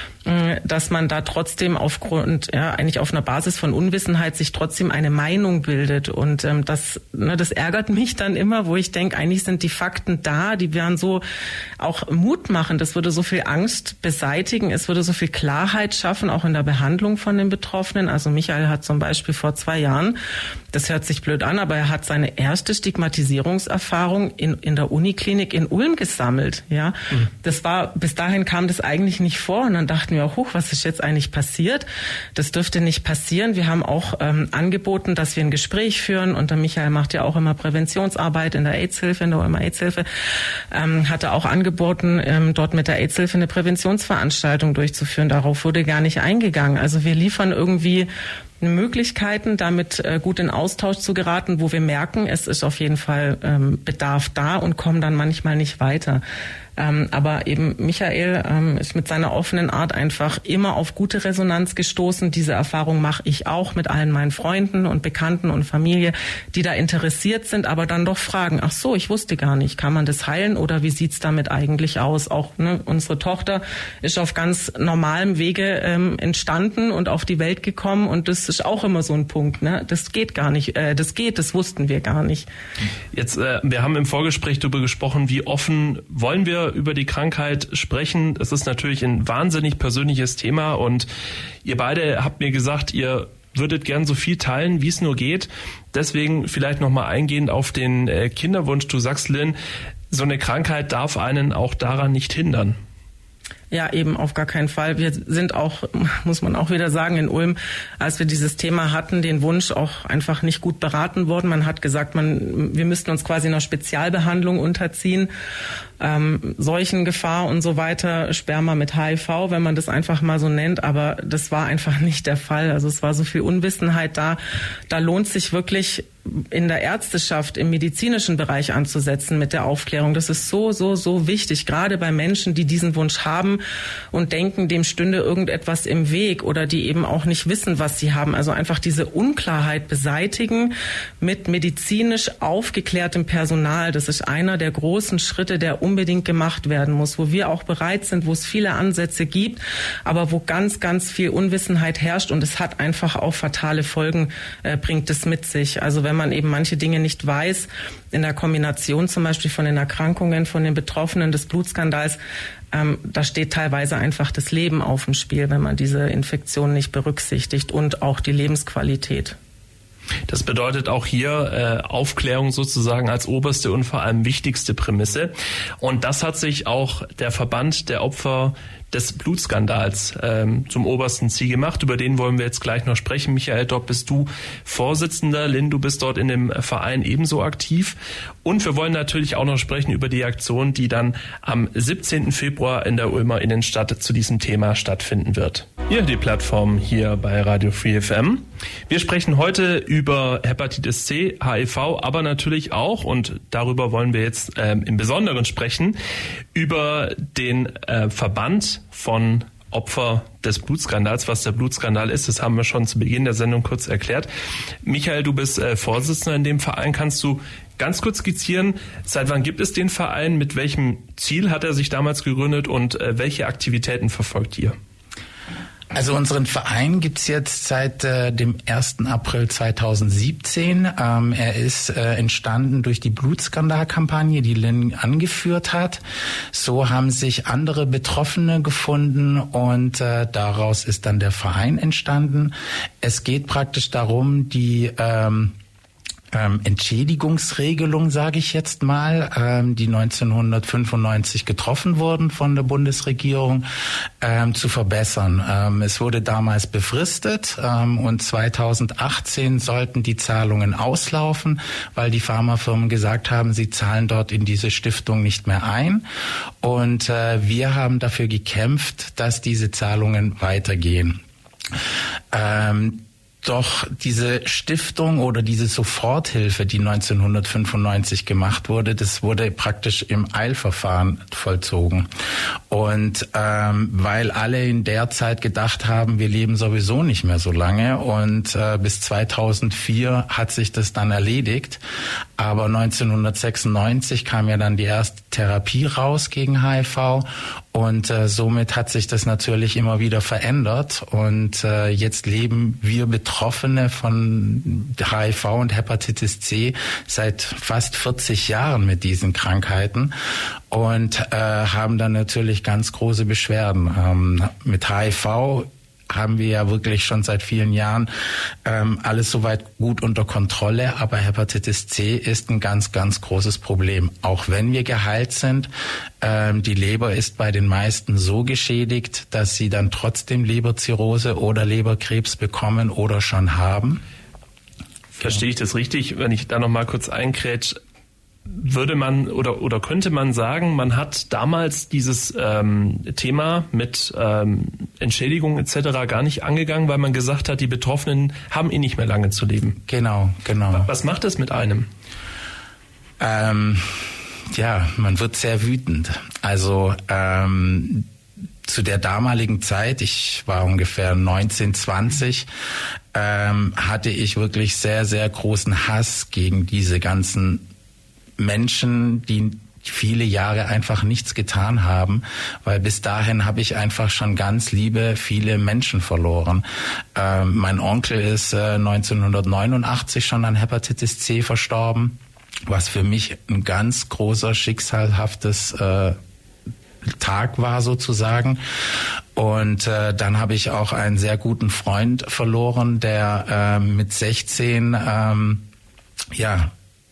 dass man da trotzdem aufgrund, ja, eigentlich auf einer Basis von Unwissenheit sich trotzdem eine Meinung bildet. Und ähm, das, ne, das ärgert mich dann immer, wo ich denke, eigentlich sind die Fakten da, die wären so auch Mut machen. Das würde so viel Angst beseitigen, es würde so viel Klarheit schaffen, auch in der Behandlung von den Betroffenen. Also Michael hat zum Beispiel vor zwei Jahren, das hört sich blöd an, aber er hat seine erste Stigmatisierungserfahrung in, in der Uniklinik in Ulm gesammelt. Ja, mhm. Das war, bis dahin kam das eigentlich nicht vor und dann dachten wir auch, huch, was ist jetzt eigentlich passiert? Das dürfte nicht passieren. Wir haben auch ähm, angeboten, dass wir ein Gespräch führen und der Michael macht ja auch immer Präventionsarbeit in der AIDS-Hilfe, in der Ulmer AIDS-Hilfe, ähm, hatte auch angeboten, ähm, dort mit der AIDS-Hilfe eine Präventionsveranstaltung durchzuführen. Darauf wurde gar nicht eingegangen. Also wir liefern irgendwie Möglichkeiten, damit äh, gut in Austausch zu geraten, wo wir merken, es ist auf jeden Fall ähm, Bedarf da und kommen dann manchmal nicht weiter. Ähm, aber eben Michael ähm, ist mit seiner offenen Art einfach immer auf gute Resonanz gestoßen. Diese Erfahrung mache ich auch mit allen meinen Freunden und Bekannten und Familie, die da interessiert sind, aber dann doch fragen, ach so, ich wusste gar nicht, kann man das heilen oder wie sieht's damit eigentlich aus? Auch ne, unsere Tochter ist auf ganz normalem Wege ähm, entstanden und auf die Welt gekommen und das ist auch immer so ein Punkt. Ne? Das geht gar nicht, äh, das geht, das wussten wir gar nicht. Jetzt, äh, wir haben im Vorgespräch darüber gesprochen, wie offen wollen wir über die Krankheit sprechen. Es ist natürlich ein wahnsinnig persönliches Thema und ihr beide habt mir gesagt, ihr würdet gern so viel teilen, wie es nur geht. Deswegen vielleicht nochmal eingehend auf den äh, Kinderwunsch. Du sagst, Lynn, so eine Krankheit darf einen auch daran nicht hindern. Ja, eben auf gar keinen Fall. Wir sind auch, muss man auch wieder sagen, in Ulm, als wir dieses Thema hatten, den Wunsch auch einfach nicht gut beraten worden. Man hat gesagt, man, wir müssten uns quasi einer Spezialbehandlung unterziehen, ähm, Seuchengefahr und so weiter, Sperma mit H I V, wenn man das einfach mal so nennt. Aber das war einfach nicht der Fall. Also es war so viel Unwissenheit da. Da lohnt sich wirklich in der Ärzteschaft, im medizinischen Bereich anzusetzen mit der Aufklärung. Das ist so, so, so wichtig, gerade bei Menschen, die diesen Wunsch haben und denken, dem stünde irgendetwas im Weg oder die eben auch nicht wissen, was sie haben. Also einfach diese Unklarheit beseitigen mit medizinisch aufgeklärtem Personal. Das ist einer der großen Schritte, der unbedingt gemacht werden muss, wo wir auch bereit sind, wo es viele Ansätze gibt, aber wo ganz, ganz viel Unwissenheit herrscht und es hat einfach auch fatale Folgen, äh, bringt es mit sich. Also wenn man eben manche Dinge nicht weiß, in der Kombination zum Beispiel von den Erkrankungen, von den Betroffenen des Blutskandals, ähm, da steht teilweise einfach das Leben auf dem Spiel, wenn man diese Infektion nicht berücksichtigt und auch die Lebensqualität. Das bedeutet auch hier äh, Aufklärung sozusagen als oberste und vor allem wichtigste Prämisse. Und das hat sich auch der Verband der Opfer des Blutskandals ähm, zum obersten Ziel gemacht. Über den wollen wir jetzt gleich noch sprechen. Michael, dort bist du Vorsitzender. Lynn, du bist dort in dem Verein ebenso aktiv. Und wir wollen natürlich auch noch sprechen über die Aktion, die dann am siebzehnten Februar in der Ulmer Innenstadt zu diesem Thema stattfinden wird. Hier die Plattform hier bei Radio Free F M. Wir sprechen heute über Hepatitis C, H I V, aber natürlich auch, und darüber wollen wir jetzt ähm, im Besonderen sprechen, über den äh, Verband von Opfer des Blutskandals. Was der Blutskandal ist, das haben wir schon zu Beginn der Sendung kurz erklärt. Michael, du bist äh, Vorsitzender in dem Verein. Kannst du ganz kurz skizzieren, seit wann gibt es den Verein, mit welchem Ziel hat er sich damals gegründet und äh, welche Aktivitäten verfolgt ihr? Also unseren Verein gibt's jetzt seit äh, dem ersten April zweitausendsiebzehn. Ähm, er ist äh, entstanden durch die Blutskandalkampagne, die Lynn angeführt hat. So haben sich andere Betroffene gefunden und äh, daraus ist dann der Verein entstanden. Es geht praktisch darum, die ähm, Ähm, Entschädigungsregelung, sage ich jetzt mal, ähm, die neunzehnhundertfünfundneunzig getroffen wurden von der Bundesregierung, ähm, zu verbessern. Ähm, es wurde damals befristet ähm, und zweitausendachtzehn sollten die Zahlungen auslaufen, weil die Pharmafirmen gesagt haben, sie zahlen dort in diese Stiftung nicht mehr ein. Und äh, wir haben dafür gekämpft, dass diese Zahlungen weitergehen. Ähm, Doch diese Stiftung oder diese Soforthilfe, die neunzehnhundertfünfundneunzig gemacht wurde, das wurde praktisch im Eilverfahren vollzogen. Und ähm, weil alle in der Zeit gedacht haben, wir leben sowieso nicht mehr so lange und äh, bis zweitausendvier hat sich das dann erledigt. Aber neunzehnhundertsechsundneunzig kam ja dann die erste Therapie raus gegen H I V und äh, somit hat sich das natürlich immer wieder verändert und äh, jetzt leben wir Betroffene von H I V und Hepatitis C seit fast vierzig Jahren mit diesen Krankheiten und äh, haben dann natürlich ganz große Beschwerden. Ähm, mit H I V haben wir ja wirklich schon seit vielen Jahren ähm, alles soweit gut unter Kontrolle, aber Hepatitis C ist ein ganz, ganz großes Problem. Auch wenn wir geheilt sind, ähm, die Leber ist bei den meisten so geschädigt, dass sie dann trotzdem Leberzirrhose oder Leberkrebs bekommen oder schon haben. Verstehe ich das richtig, wenn ich da noch mal kurz einkrätsch? Würde man oder oder könnte man sagen, man hat damals dieses ähm, Thema mit ähm, Entschädigung et cetera gar nicht angegangen, weil man gesagt hat, die Betroffenen haben eh nicht mehr lange zu leben. Genau, genau. Was macht das mit einem? Ähm, ja, man wird sehr wütend. Also ähm, zu der damaligen Zeit, ich war ungefähr neunzehn, zwanzig, ähm, hatte ich wirklich sehr, sehr großen Hass gegen diese ganzen Menschen, die viele Jahre einfach nichts getan haben, weil bis dahin habe ich einfach schon ganz liebe, viele Menschen verloren. Ähm, mein Onkel ist äh, neunzehnhundertneunundachtzig schon an Hepatitis C verstorben, was für mich ein ganz großer, schicksalhaftes äh, Tag war sozusagen. Und äh, dann habe ich auch einen sehr guten Freund verloren, der äh, mit sechzehn ähm, ja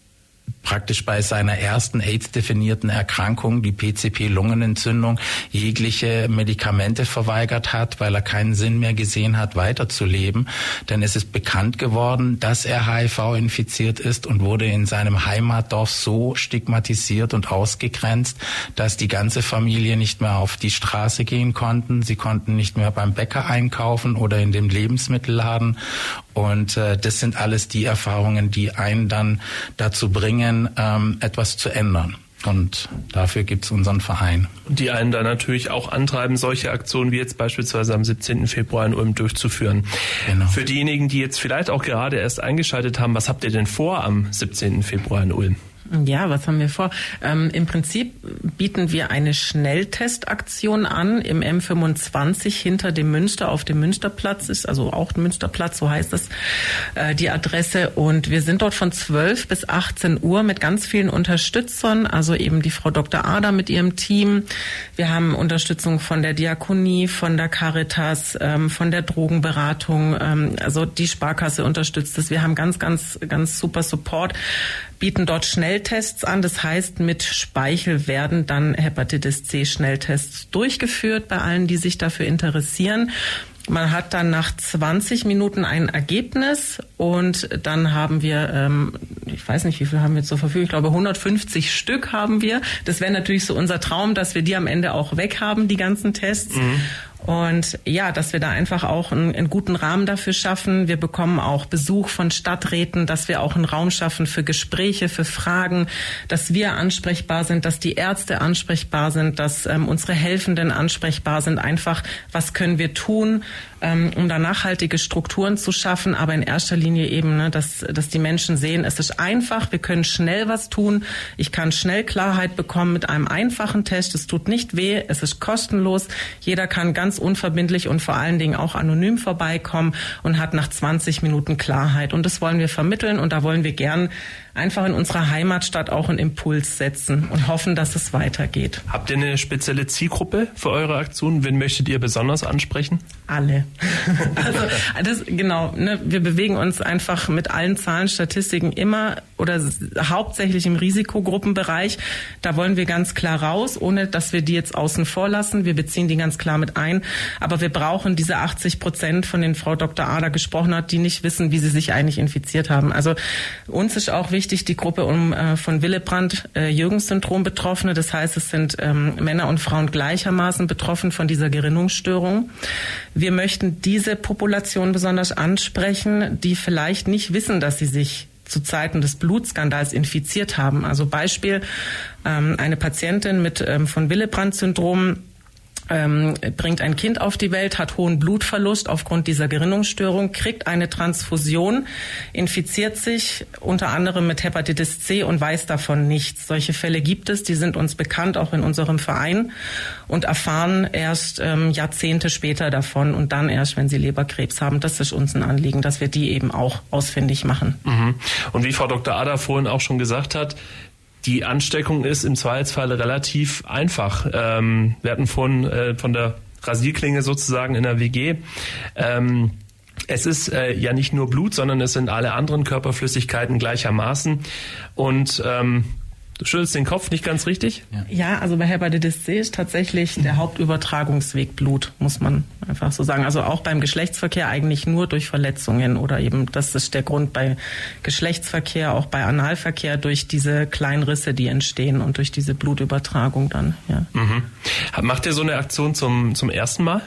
praktisch bei seiner ersten AIDS-definierten Erkrankung, die P C P-Lungenentzündung, jegliche Medikamente verweigert hat, weil er keinen Sinn mehr gesehen hat, weiterzuleben. Denn es ist bekannt geworden, dass er H I V infiziert ist und wurde in seinem Heimatdorf so stigmatisiert und ausgegrenzt, dass die ganze Familie nicht mehr auf die Straße gehen konnten. Sie konnten nicht mehr beim Bäcker einkaufen oder in dem Lebensmittelladen. Und äh, das sind alles die Erfahrungen, die einen dann dazu bringen, ähm, etwas zu ändern. Und dafür gibt's unseren Verein. Die einen dann natürlich auch antreiben, solche Aktionen wie jetzt beispielsweise am siebzehnten Februar in Ulm durchzuführen. Genau. Für diejenigen, die jetzt vielleicht auch gerade erst eingeschaltet haben, was habt ihr denn vor am siebzehnten Februar in Ulm? Ja, was haben wir vor? Ähm, im Prinzip bieten wir eine Schnelltestaktion an im M fünfundzwanzig hinter dem Münster auf dem Münsterplatz, ist also auch Münsterplatz, so heißt es, äh, die Adresse. Und wir sind dort von zwölf bis achtzehn Uhr mit ganz vielen Unterstützern, also eben die Frau Doktor Ader mit ihrem Team. Wir haben Unterstützung von der Diakonie, von der Caritas, ähm, von der Drogenberatung, ähm, also die Sparkasse unterstützt es. Wir haben ganz, ganz, ganz super Support, bieten dort Schnelltests an. Das heißt, mit Speichel werden dann Hepatitis C Schnelltests durchgeführt bei allen, die sich dafür interessieren. Man hat dann nach zwanzig Minuten ein Ergebnis und dann haben wir, ähm, ich weiß nicht, wie viel haben wir zur Verfügung, ich glaube hundertfünfzig Stück haben wir. Das wäre natürlich so unser Traum, dass wir die am Ende auch weg haben, die ganzen Tests. Mhm. Und ja, dass wir da einfach auch einen, einen guten Rahmen dafür schaffen. Wir bekommen auch Besuch von Stadträten, dass wir auch einen Raum schaffen für Gespräche, für Fragen, dass wir ansprechbar sind, dass die Ärzte ansprechbar sind, dass ähm, unsere Helfenden ansprechbar sind. Einfach, was können wir tun, ähm, um da nachhaltige Strukturen zu schaffen, aber in erster Linie eben, ne, dass, dass die Menschen sehen, es ist einfach, wir können schnell was tun. Ich kann schnell Klarheit bekommen mit einem einfachen Test. Es tut nicht weh, es ist kostenlos. Jeder kann ganz unverbindlich und vor allen Dingen auch anonym vorbeikommen und hat nach zwanzig Minuten Klarheit. Und das wollen wir vermitteln und da wollen wir gern einfach in unserer Heimatstadt auch einen Impuls setzen und hoffen, dass es weitergeht. Habt ihr eine spezielle Zielgruppe für eure Aktion? Wen möchtet ihr besonders ansprechen? Alle. Also das, genau, ne, wir bewegen uns einfach mit allen Zahlen, Statistiken immer oder hauptsächlich im Risikogruppenbereich. Da wollen wir ganz klar raus, ohne dass wir die jetzt außen vor lassen. Wir beziehen die ganz klar mit ein. Aber wir brauchen diese achtzig Prozent, von denen Frau Doktor Ader gesprochen hat, die nicht wissen, wie sie sich eigentlich infiziert haben. Also uns ist auch wichtig, die Gruppe um äh, von Willebrand-Jürgens-Syndrom Betroffene. Das heißt, es sind ähm, Männer und Frauen gleichermaßen betroffen von dieser Gerinnungsstörung. Wir möchten diese Population besonders ansprechen, die vielleicht nicht wissen, dass sie sich zu Zeiten des Blutskandals infiziert haben. Also Beispiel, ähm, eine Patientin mit ähm, von Willebrand-Syndrom Ähm, bringt ein Kind auf die Welt, hat hohen Blutverlust aufgrund dieser Gerinnungsstörung, kriegt eine Transfusion, infiziert sich unter anderem mit Hepatitis C und weiß davon nichts. Solche Fälle gibt es, die sind uns bekannt, auch in unserem Verein, und erfahren erst ähm, Jahrzehnte später davon und dann erst, wenn sie Leberkrebs haben. Das ist uns ein Anliegen, dass wir die eben auch ausfindig machen. Mhm. Und wie Frau Doktor Ader vorhin auch schon gesagt hat, die Ansteckung ist im Zweifelsfall relativ einfach. Ähm, wir hatten vorhin äh, von der Rasierklinge sozusagen in der W G. Ähm, es ist äh, ja nicht nur Blut, sondern es sind alle anderen Körperflüssigkeiten gleichermaßen. Und ähm, du schüttelst den Kopf, nicht ganz richtig? Ja, ja, also bei Hepatitis C ist tatsächlich der Hauptübertragungsweg Blut, muss man einfach so sagen. Also auch beim Geschlechtsverkehr eigentlich nur durch Verletzungen oder eben, das ist der Grund bei Geschlechtsverkehr, auch bei Analverkehr durch diese kleinen Risse, die entstehen und durch diese Blutübertragung dann. Ja. Mhm. Macht ihr so eine Aktion zum, zum ersten Mal?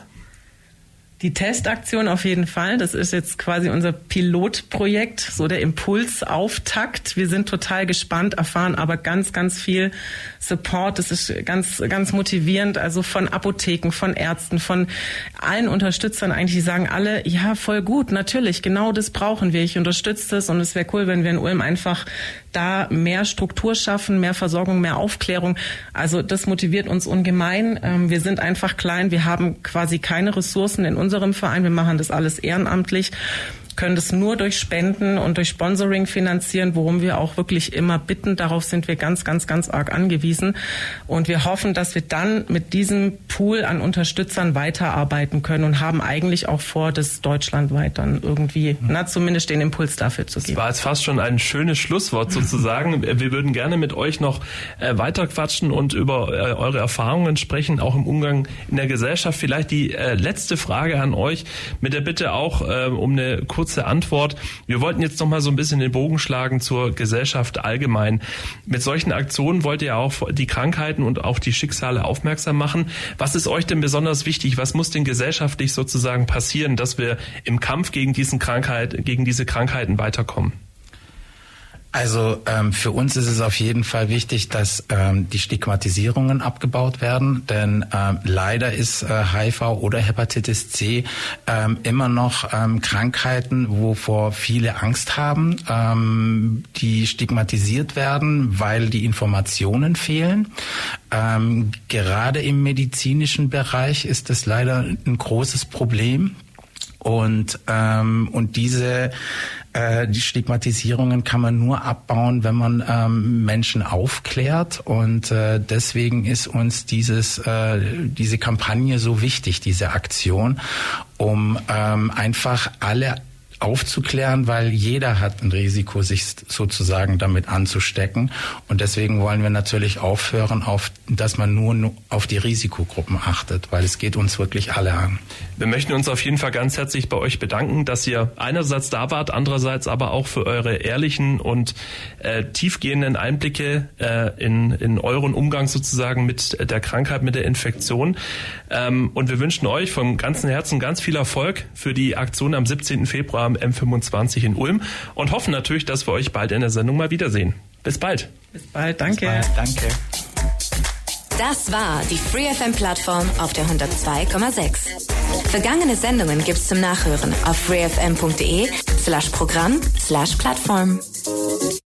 Die Testaktion auf jeden Fall. Das ist jetzt quasi unser Pilotprojekt, so der Impulsauftakt. Wir sind total gespannt, erfahren aber ganz, ganz viel Support. Das ist ganz, ganz motivierend. Also von Apotheken, von Ärzten, von allen Unterstützern eigentlich. Die sagen alle, ja, voll gut, natürlich, genau das brauchen wir. Ich unterstütze das und es wäre cool, wenn wir in Ulm einfach da mehr Struktur schaffen, mehr Versorgung, mehr Aufklärung. Also das motiviert uns ungemein. Wir sind einfach klein. Wir haben quasi keine Ressourcen in unserem Verein. Wir machen das alles ehrenamtlich. können das nur durch Spenden und durch Sponsoring finanzieren, worum wir auch wirklich immer bitten. Darauf sind wir ganz, ganz, ganz arg angewiesen. Und wir hoffen, dass wir dann mit diesem Pool an Unterstützern weiterarbeiten können und haben eigentlich auch vor, das deutschlandweit dann irgendwie, na, zumindest den Impuls dafür zu geben. Das war jetzt fast schon ein schönes Schlusswort sozusagen. Wir würden gerne mit euch noch äh, weiter quatschen und über äh, eure Erfahrungen sprechen, auch im Umgang in der Gesellschaft. Vielleicht die äh, letzte Frage an euch mit der Bitte auch äh, um eine kurze Antwort. Wir wollten jetzt noch mal so ein bisschen den Bogen schlagen zur Gesellschaft allgemein. Mit solchen Aktionen wollt ihr auch die Krankheiten und auch die Schicksale aufmerksam machen. Was ist euch denn besonders wichtig? Was muss denn gesellschaftlich sozusagen passieren, dass wir im Kampf gegen diesen Krankheit, gegen diese Krankheiten weiterkommen? Also ähm, für uns ist es auf jeden Fall wichtig, dass ähm, die Stigmatisierungen abgebaut werden, denn ähm, leider ist äh, H I V oder Hepatitis C ähm, immer noch ähm, Krankheiten, wovor viele Angst haben, ähm, die stigmatisiert werden, weil die Informationen fehlen. Ähm, gerade im medizinischen Bereich ist das leider ein großes Problem. Und ähm, und diese äh, die Stigmatisierungen kann man nur abbauen, wenn man ähm, Menschen aufklärt. Und äh, deswegen ist uns dieses äh, diese Kampagne so wichtig, diese Aktion, um ähm, einfach alle aufzuklären, weil jeder hat ein Risiko, sich sozusagen damit anzustecken. Und deswegen wollen wir natürlich aufhören, auf, dass man nur auf die Risikogruppen achtet, weil es geht uns wirklich alle an. Wir möchten uns auf jeden Fall ganz herzlich bei euch bedanken, dass ihr einerseits da wart, andererseits aber auch für eure ehrlichen und äh, tiefgehenden Einblicke äh, in, in euren Umgang sozusagen mit der Krankheit, mit der Infektion. Ähm, und wir wünschen euch vom ganzen Herzen ganz viel Erfolg für die Aktion am siebzehnten Februar am M fünfundzwanzig in Ulm und hoffen natürlich, dass wir euch bald in der Sendung mal wiedersehen. Bis bald. Bis bald, danke. Bis bald, danke. Das war die Free F M-Plattform auf der hundertzwei Komma sechs. Vergangene Sendungen gibt's zum Nachhören auf freefm punkt de slash Programm slash Plattform.